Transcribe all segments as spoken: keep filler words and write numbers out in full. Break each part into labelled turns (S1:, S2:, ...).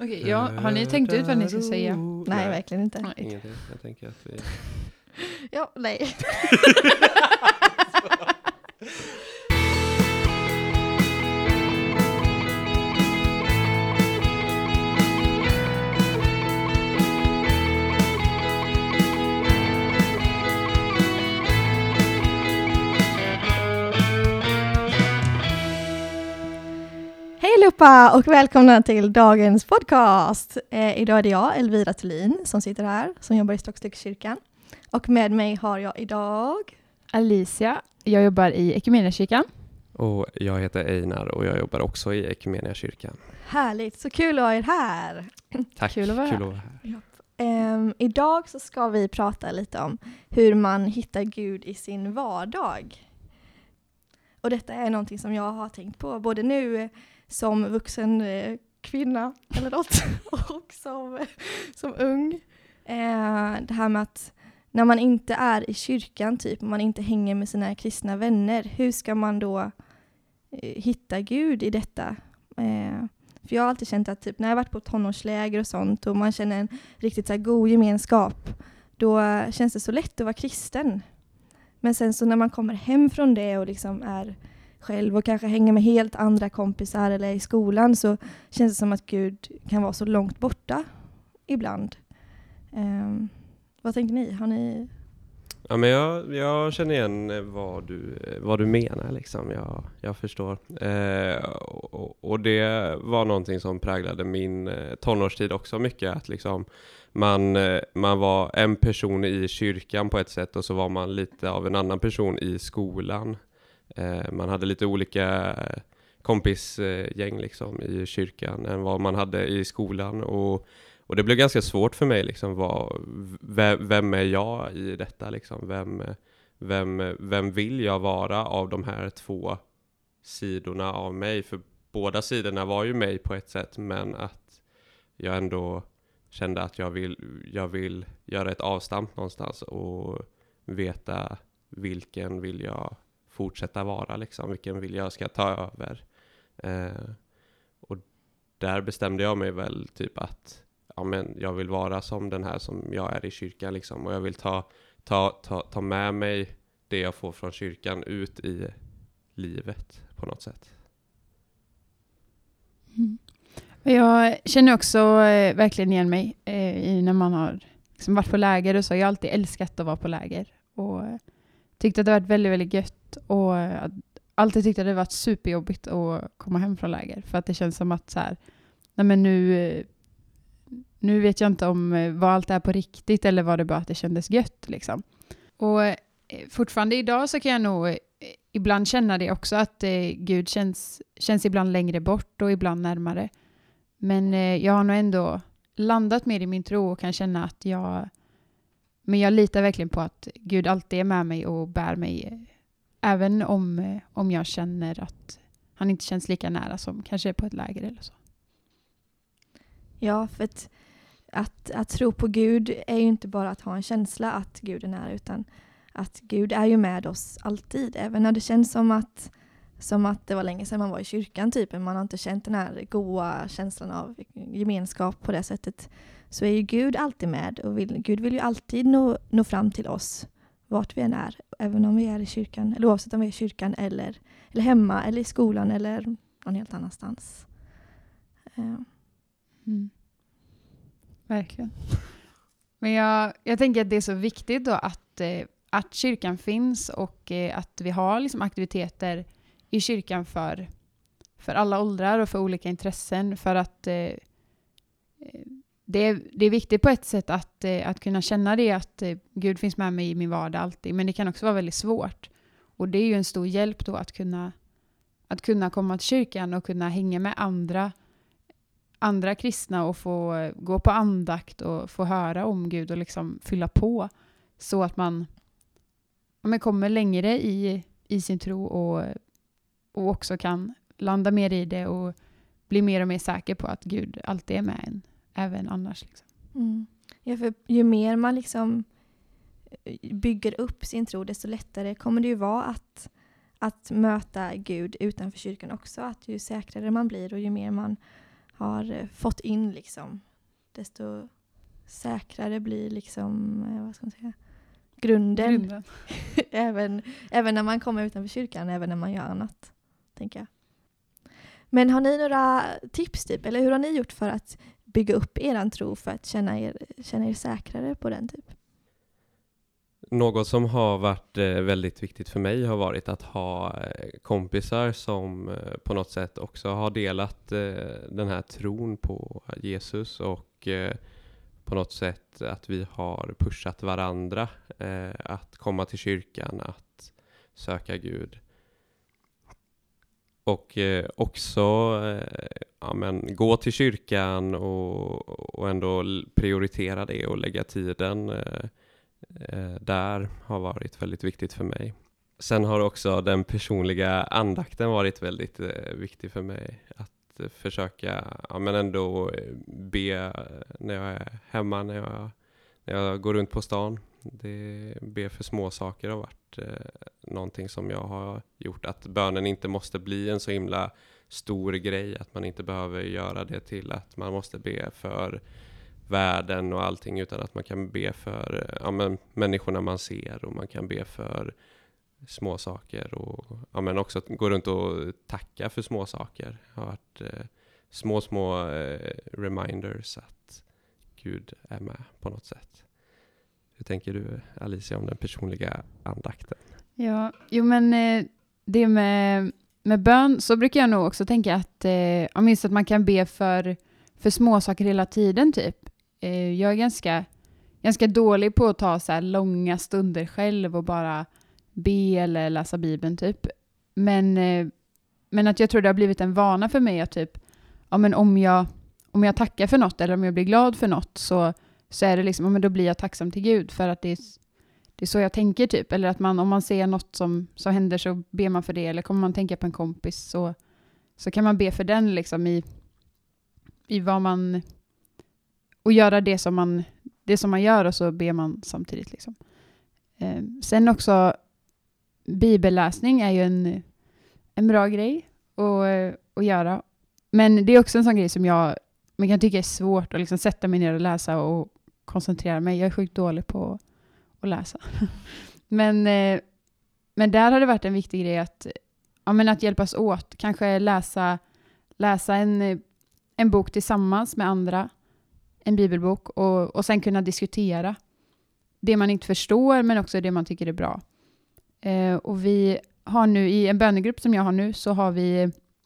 S1: Okej, ja, har ni tänkt ut vad ni ska säga?
S2: Nej,
S3: Nej,
S2: verkligen inte.
S1: Nej.
S3: Ingenting. Jag tänker att vi...
S2: Ja, nej. Hej allihopa och välkomna till dagens podcast. Eh, idag är det jag, Elvira Thulin, som sitter här, som jobbar i Stockstyckskyrkan. Och med mig har jag idag...
S1: Alicia, jag jobbar i Equmeniakyrkan.
S3: Och jag heter Einar och jag jobbar också i Equmeniakyrkan.
S2: Härligt, så kul att ha er här.
S3: Tack,
S1: Kul att vara
S3: kul
S1: här.
S3: att vara här.
S2: Japp. Ehm, idag så ska vi prata lite om hur man hittar Gud i sin vardag. Och detta är någonting som jag har tänkt på både nu som vuxen eh, kvinna eller något och som, som ung. Eh, det här med att när man inte är i kyrkan, typ, man inte hänger med sina kristna vänner, hur ska man då eh, hitta Gud i detta? Eh, för jag har alltid känt att typ, när jag har varit på tonårsläger och sånt och man känner en riktigt så här god gemenskap, då eh, känns det så lätt att vara kristen. Men sen så när man kommer hem från det och liksom är själv och kanske hänger med helt andra kompisar eller i skolan, så känns det som att Gud kan vara så långt borta ibland. Um, vad tänker ni? Har ni...
S3: Ja, men jag, jag känner igen vad du, vad du menar. Liksom. Jag, jag förstår. Eh, och, och det var någonting som präglade min eh, tonårstid också mycket. Att liksom man, eh, man var en person i kyrkan på ett sätt och så var man lite av en annan person i skolan. Eh, man hade lite olika kompisgäng liksom, i kyrkan än vad man hade i skolan. Och Och det blev ganska svårt för mig, liksom, vad, vem, vem är jag i detta? Liksom? Vem, vem, vem vill jag vara av de här två sidorna av mig? För båda sidorna var ju mig på ett sätt, men att jag ändå kände att jag vill, jag vill göra ett avstamp någonstans och veta vilken vill jag fortsätta vara, liksom, vilken vill jag ska ta över. Eh, och där bestämde jag mig väl typ att ja, men jag vill vara som den här som jag är i kyrkan liksom, och jag vill ta, ta, ta, ta med mig det jag får från kyrkan ut i livet på något sätt.
S1: Mm. Jag känner också eh, verkligen igen mig eh, i när man har liksom varit på läger och så. Jag har alltid älskat att vara på läger och eh, tyckte att det varit väldigt, väldigt gött och eh, alltid tyckte att det varit superjobbigt att komma hem från läger, för att det känns som att så här, nej men nu eh, Nu vet jag inte om vad allt är på riktigt eller var det bara att det kändes gött. Liksom. Och eh, fortfarande idag så kan jag nog eh, ibland känna det också, att eh, Gud känns, känns ibland längre bort och ibland närmare. Men eh, jag har nog ändå landat mer i min tro och kan känna att jag, men jag litar verkligen på att Gud alltid är med mig och bär mig. Eh, även om, eh, om jag känner att han inte känns lika nära som kanske på ett läger eller så.
S2: Ja, för att, att, att tro på Gud är ju inte bara att ha en känsla att Gud är nära, utan att Gud är ju med oss alltid. Även när det känns som att, som att det var länge sedan man var i kyrkan typ, men man har inte känt den här goda känslan av gemenskap på det sättet, så är ju Gud alltid med. Och vill, Gud vill ju alltid nå, nå fram till oss vart vi än är, även om vi är i kyrkan, eller oavsett om vi är i kyrkan eller, eller hemma eller i skolan eller någon helt annanstans. Uh.
S1: Mm. Verkligen. Men jag, jag tänker att det är så viktigt då att, eh, att kyrkan finns och eh, att vi har liksom aktiviteter i kyrkan för, för alla åldrar och för olika intressen, för att eh, det, är, det är viktigt på ett sätt att, eh, att kunna känna det, att eh, Gud finns med mig i min vardag alltid, men det kan också vara väldigt svårt, och det är ju en stor hjälp då att kunna, att kunna komma till kyrkan och kunna hänga med andra andra kristna och få gå på andakt och få höra om Gud och liksom fylla på, så att man, ja, men kommer längre i, i sin tro och, och också kan landa mer i det och bli mer och mer säker på att Gud alltid är med en, även annars. Liksom.
S2: Mm. Ja, för ju mer man liksom bygger upp sin tro, desto lättare kommer det ju vara att, att möta Gud utanför kyrkan också. Att ju säkrare man blir och ju mer man har eh, fått in liksom, desto säkrare blir liksom, eh, vad ska man säga, grunden.
S1: Grunden.
S2: även, även när man kommer utanför kyrkan, även när man gör annat, tänker jag. Men har ni några tips typ, eller hur har ni gjort för att bygga upp eran tro, för att känna er, känna er säkrare på den typ?
S3: Något som har varit eh, väldigt viktigt för mig har varit att ha eh, kompisar som eh, på något sätt också har delat eh, den här tron på Jesus, och eh, på något sätt att vi har pushat varandra eh, att komma till kyrkan, att söka Gud. Och eh, också eh, ja, men, gå till kyrkan och, och ändå prioritera det och lägga tiden eh, eh, där har varit väldigt viktigt för mig. Sen har också den personliga andakten varit väldigt eh, viktig för mig. Att eh, försöka ja, men ändå be när jag är hemma, när jag, när jag går runt på stan. Det be för små saker har varit eh, någonting som jag har gjort. Att bönen inte måste bli en så himla stor grej. Att man inte behöver göra det till att man måste be för världen och allting. Utan att man kan be för ja, men, människorna man ser. Och man kan be för små saker. Och ja, men också gå runt och tacka för små saker. Det har varit eh, små, små eh, reminders att Gud är med på något sätt. Hur tänker du, Alicia, om den personliga andakten?
S1: Ja, jo men eh, det med, med bön så brukar jag nog också tänka att eh, minst att man kan be för, för små saker hela tiden typ. Eh, jag är ganska, ganska dålig på att ta så här långa stunder själv och bara be eller läsa Bibeln typ. Men, eh, men att jag tror det har blivit en vana för mig att typ, ja men om jag, om jag tackar för något eller om jag blir glad för något så så är det liksom, ja, men då blir jag tacksam till Gud för att det är, det är så jag tänker typ. Eller att man, om man ser något som, som händer så ber man för det. Eller kommer man tänka på en kompis så, så kan man be för den liksom i, i vad man, och göra det som man, det som man gör och så ber man samtidigt liksom. Eh, sen också bibelläsning är ju en, en bra grej att, att göra. Men det är också en sån grej som jag man kan tycka är svårt att liksom sätta mig ner och läsa och koncentrera mig. Jag är sjukt dålig på att läsa. men, eh, men där har det varit en viktig grej att, ja, men att hjälpas åt. Kanske läsa, läsa en, en bok tillsammans med andra. En bibelbok. Och, och sen kunna diskutera det man inte förstår men också det man tycker är bra. Eh, och vi har nu i en bönegrupp som jag har nu så har vi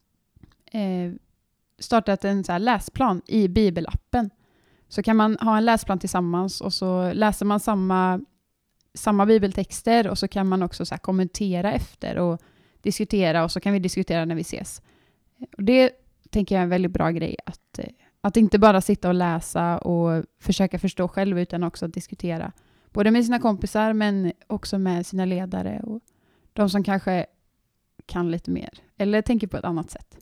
S1: eh, startat en så här läsplan i bibelappen. Så kan man ha en läsplan tillsammans och så läser man samma, samma bibeltexter och så kan man också så här kommentera efter och diskutera och så kan vi diskutera när vi ses. Och det tänker jag är en väldigt bra grej att, att inte bara sitta och läsa och försöka förstå själv utan också att diskutera. Både med sina kompisar men också med sina ledare och de som kanske kan lite mer eller tänker på ett annat sätt.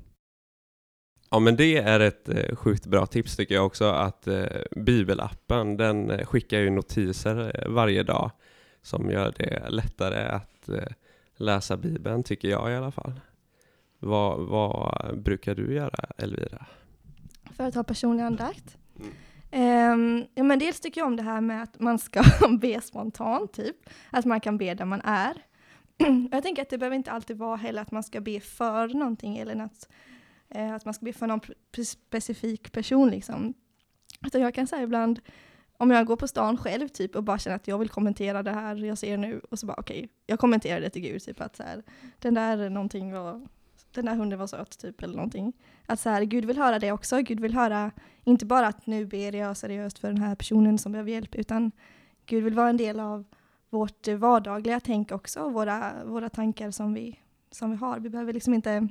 S3: Ja, men det är ett eh, sjukt bra tips tycker jag också, att eh, bibelappen den eh, skickar ju notiser eh, varje dag som gör det lättare att eh, läsa Bibeln, tycker jag i alla fall. Vad, vad brukar du göra, Elvira?
S2: För att ha personlig andakt?
S3: Mm.
S2: Um, ja, men dels tycker jag om det här med att man ska be spontant typ. Att man kan be där man är. Jag tänker att det behöver inte alltid vara heller att man ska be för någonting eller något. Att man ska be för någon specifik person liksom. Utan jag kan säga ibland, om jag går på stan själv typ och bara känner att jag vill kommentera det här jag ser nu och så bara okej, okay, jag kommenterar det till Gud typ att så här, den där någonting var, den där hunden var söt typ eller någonting. Att så här, Gud vill höra det också. Gud vill höra inte bara att nu ber jag seriöst för den här personen som behöver hjälp, utan Gud vill vara en del av vårt vardagliga tänk också och våra, våra tankar som vi, som vi har. Vi behöver liksom inte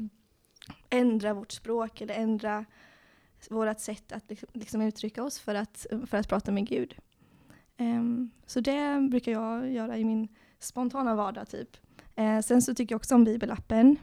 S2: ändra vårt språk eller ändra vårt sätt att liksom, liksom uttrycka oss för att, för att prata med Gud. Um, så det brukar jag göra i min spontana vardag typ. Uh, sen så tycker jag också om bibelappen.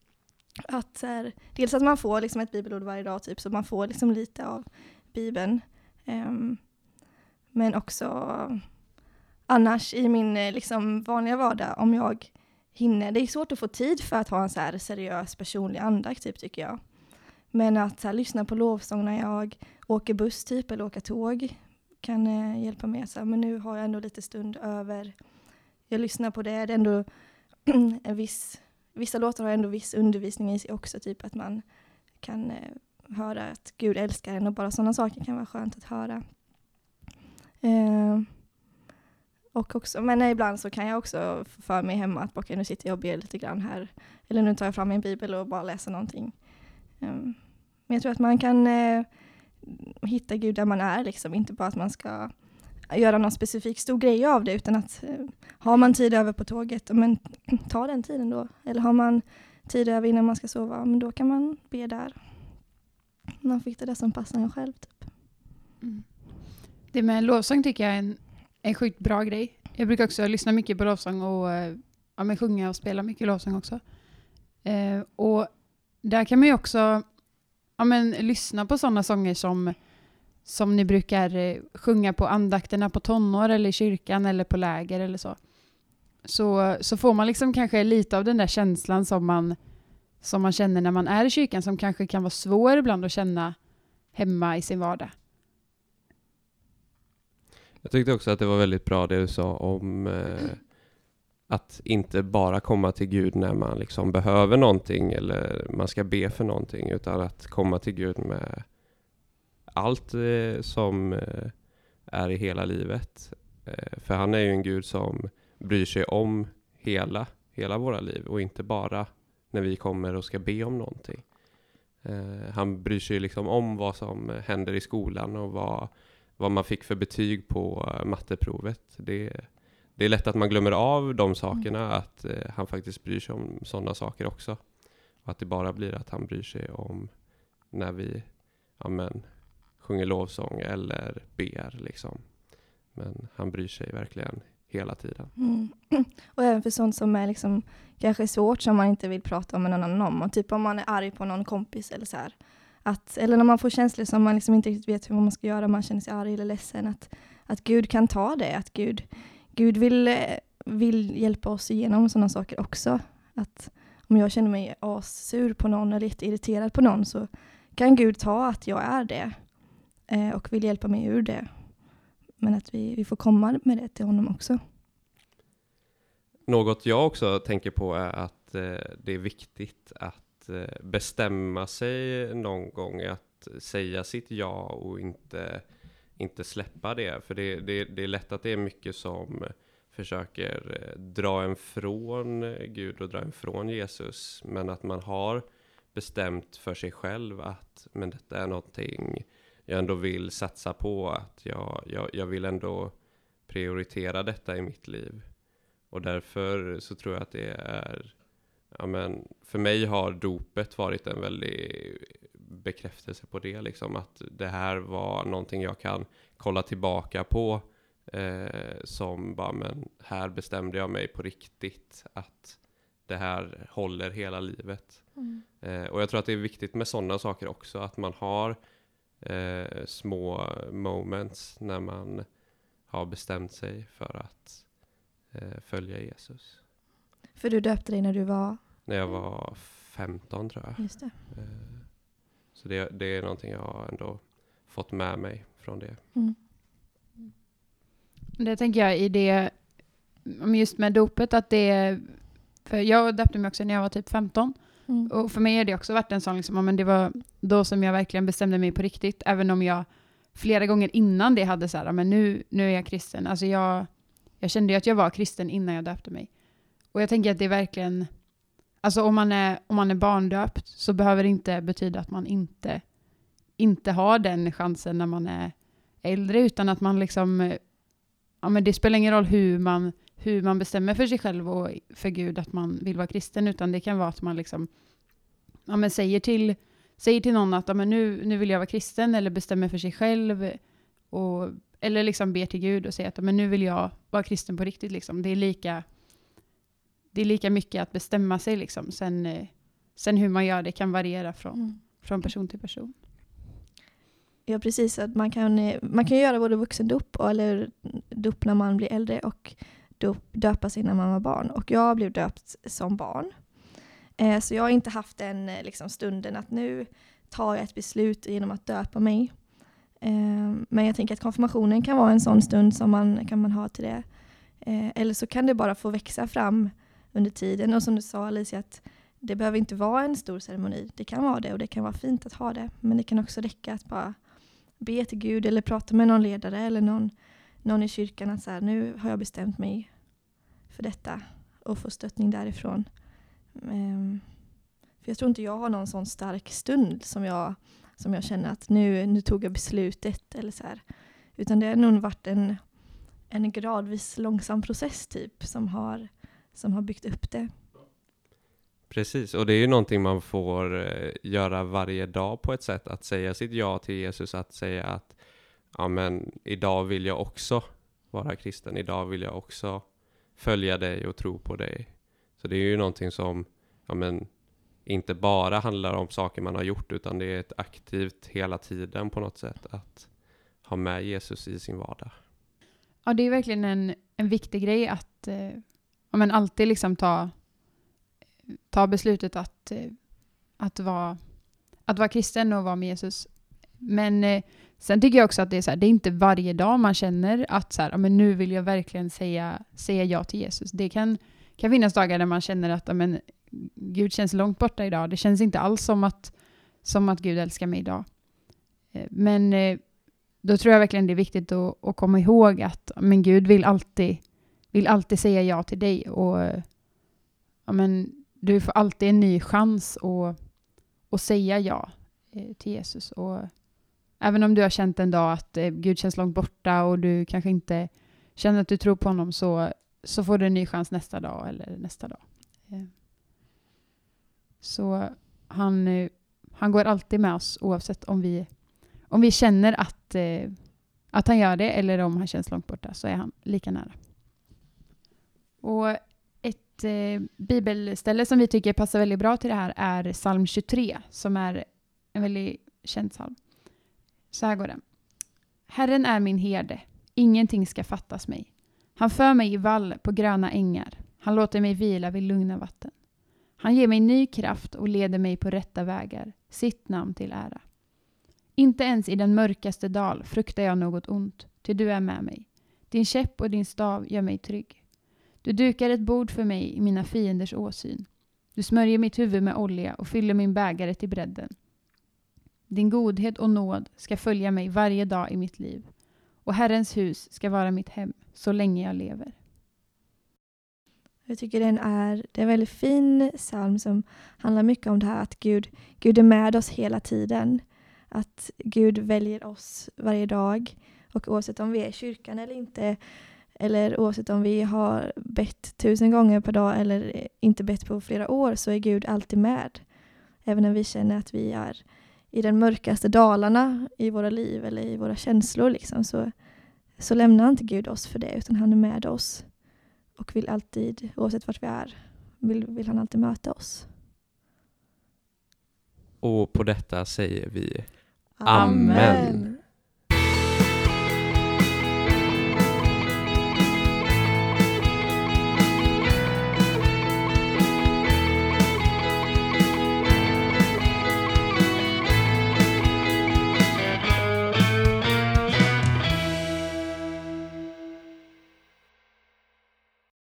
S2: Att, uh, dels att man får liksom ett bibelord varje dag typ, så man får liksom lite av Bibeln. Um, men också uh, annars i min uh, liksom vanliga vardag om jag hinner. Det är svårt att få tid för att ha en så här seriös personlig andakt typ tycker jag. Men att så här, lyssna på lovsång när jag åker buss typ eller åker tåg kan eh, hjälpa mig. Så här, men nu har jag ändå lite stund över. Jag lyssnar på det. Det är ändå en viss, vissa låtar har ändå viss undervisning i sig också. Typ att man kan eh, höra att Gud älskar en och bara sådana saker kan vara skönt att höra. Eh, och också, men ibland så kan jag också för mig hemma att okay, nu sitter jag och ber lite grann här. Eller nu tar jag fram min bibel och bara läser någonting. Eh, men jag tror att man kan eh, hitta Gud där man är. Liksom. Inte bara att man ska göra någon specifik stor grej av det. Utan att eh, har man tid över på tåget, men ta den tiden då. Eller har man tid över innan man ska sova, men då kan man be där. Man fick det som passar en själv typ.
S1: Mm. Det med lovsång tycker jag är en, en sjukt bra grej. Jag brukar också lyssna mycket på lovsång och ja, men sjunga och spela mycket lovsång också. Eh, och där kan man ju också ja, men, lyssna på sådana sånger som, som ni brukar eh, sjunga på andakterna på tonår eller i kyrkan eller på läger eller så. Så, så får man liksom kanske lite av den där känslan som man, som man känner när man är i kyrkan, som kanske kan vara svår ibland att känna hemma i sin vardag.
S3: Jag tyckte också att det var väldigt bra det du sa om eh, att inte bara komma till Gud när man liksom behöver någonting eller man ska be för någonting, utan att komma till Gud med allt eh, som eh, är i hela livet. Eh, för han är ju en Gud som bryr sig om hela, hela våra liv och inte bara när vi kommer och ska be om någonting. Eh, han bryr sig liksom om vad som händer i skolan och vad vad man fick för betyg på uh, matteprovet. Det, det är lätt att man glömmer av de sakerna, mm. att uh, han faktiskt bryr sig om sådana saker också. Och att det bara blir att han bryr sig om när vi ja, men, sjunger lovsång eller ber. Liksom. Men han bryr sig verkligen hela tiden.
S2: Mm. Och även för sånt som är liksom, kanske svårt som man inte vill prata med någon annan om. Och typ om man är arg på någon kompis eller så här. Att, eller när man får känslor som man liksom inte riktigt vet hur man ska göra, man känner sig arg eller ledsen, att, att Gud kan ta det, att Gud, Gud vill, vill hjälpa oss igenom sådana saker också. Att om jag känner mig assur på någon eller lite irriterad på någon, så kan Gud ta att jag är det eh, och vill hjälpa mig ur det. Men att vi, vi får komma med det till honom också.
S3: Något jag också tänker på är att eh, det är viktigt att bestämma sig någon gång, att säga sitt ja och inte, inte släppa det. För det, det, det är lätt att det är mycket som försöker dra en från Gud och dra en från Jesus. Men att man har bestämt för sig själv att men detta är någonting jag ändå vill satsa på. Att jag, jag, jag vill ändå prioritera detta i mitt liv. Och därför så tror jag att det är Ja, men för mig har dopet varit en väldig bekräftelse på det. Liksom, att det här var någonting jag kan kolla tillbaka på. Eh, som bara, men här bestämde jag mig på riktigt att det här håller hela livet. Mm. Eh, och jag tror att det är viktigt med sådana saker också. Att man har eh, små moments när man har bestämt sig för att eh, följa Jesus.
S2: För du döpte dig när du var?
S3: När jag var femton tror jag.
S2: Just det.
S3: Så det, det är någonting jag har ändå fått med mig från det.
S2: Mm.
S1: Det tänker jag i det, just med dopet, att det, för jag döpte mig också när jag var typ femton. Mm. Och för mig har det också varit en sån, liksom, men det var då som jag verkligen bestämde mig på riktigt. Även om jag flera gånger innan det hade så här, men nu, nu är jag kristen. Alltså jag, jag kände ju att jag var kristen innan jag döpte mig. Och jag tänker att det är verkligen, alltså om man är, om man är barndöpt så behöver det inte betyda att man inte, inte har den chansen när man är äldre, utan att man liksom, ja men det spelar ingen roll hur man, hur man bestämmer för sig själv och för Gud att man vill vara kristen, utan det kan vara att man liksom, ja men säger till, säger till någon att ja men nu, nu vill jag vara kristen, eller bestämmer för sig själv, och, eller liksom ber till Gud och säger att ja men nu vill jag vara kristen på riktigt liksom. Det är lika Det är lika mycket att bestämma sig liksom. Sen, sen hur man gör det kan variera från, mm. från person till person.
S2: Ja, precis. Att man kan, man kan göra både vuxendop eller dop när man blir äldre och dop, döpa sig när man var barn. Och jag blev döpt som barn. Eh, så jag har inte haft den liksom, stunden att nu tar jag ett beslut genom att döpa mig. Eh, men jag tänker att konfirmationen kan vara en sån stund som man kan man ha till det. Eh, eller så kan det bara få växa fram under tiden. Och som du sa, Alicia, att det behöver inte vara en stor ceremoni. Det kan vara det och det kan vara fint att ha det. Men det kan också räcka att bara be till Gud eller prata med någon ledare eller någon, någon i kyrkan att så här, nu har jag bestämt mig för detta och få stöttning därifrån. Um, för jag tror inte jag har någon sån stark stund som jag, som jag känner att nu, nu tog jag beslutet eller så här. Utan det har nog varit en, en gradvis långsam process typ som har, som har byggt upp det.
S3: Precis, och det är ju någonting man får eh, göra varje dag på ett sätt. Att säga sitt ja till Jesus, att säga att ja, men idag vill jag också vara kristen. Idag vill jag också följa dig och tro på dig. Så det är ju någonting som ja, men, inte bara handlar om saker man har gjort, utan det är ett aktivt hela tiden på något sätt att ha med Jesus i sin vardag.
S1: Ja, det är verkligen en, en viktig grej att eh, ja, men alltid liksom ta ta beslutet att, att, vara, att vara kristen och vara med Jesus. Men eh, sen tycker jag också att det är så här, det är inte varje dag man känner att så här, ja, men nu vill jag verkligen säga, säga ja till Jesus. Det kan, kan finnas dagar där man känner att ja, men, Gud känns långt borta idag. Det känns inte alls som att, som att Gud älskar mig idag. Eh, men eh, då tror jag verkligen det är viktigt att, att komma ihåg att men Gud vill alltid, vill alltid säga ja till dig. Och ja, men, du får alltid en ny chans att, att säga ja eh, till Jesus. Och även om du har känt en dag att eh, Gud känns långt borta och du kanske inte känner att du tror på honom, så, så får du en ny chans nästa dag eller nästa dag. Eh. Så han, eh, han går alltid med oss oavsett om vi, om vi känner att, eh, att han gör det eller om han känns långt borta, så är han lika nära. Och ett eh, bibelställe som vi tycker passar väldigt bra till det här är psalm tjugotre, som är en väldigt känd psalm. Så här går den. Herren är min herde, ingenting ska fattas mig. Han för mig i vall på gröna ängar. Han låter mig vila vid lugna vatten. Han ger mig ny kraft och leder mig på rätta vägar, sitt namn till ära. Inte ens i den mörkaste dal fruktar jag något ont, ty du är med mig. Din käpp och din stav gör mig trygg. Du dukar ett bord för mig i mina fienders åsyn. Du smörjer mitt huvud med olja och fyller min bägare till bredden. Din godhet och nåd ska följa mig varje dag i mitt liv. Och Herrens hus ska vara mitt hem så länge jag lever.
S2: Jag tycker den är, det är en väldigt fin psalm som handlar mycket om det här att Gud, Gud är med oss hela tiden. Att Gud väljer oss varje dag. Och oavsett om vi är i kyrkan eller inte, eller oavsett om vi har bett tusen gånger per dag eller inte bett på flera år, så är Gud alltid med. Även när vi känner att vi är i den mörkaste dalarna i våra liv eller i våra känslor liksom, så, så lämnar inte Gud oss för det, utan han är med oss. Och vill alltid, oavsett vart vi är, vill, vill han alltid möta oss.
S3: Och på detta säger vi
S2: Amen.
S3: Amen.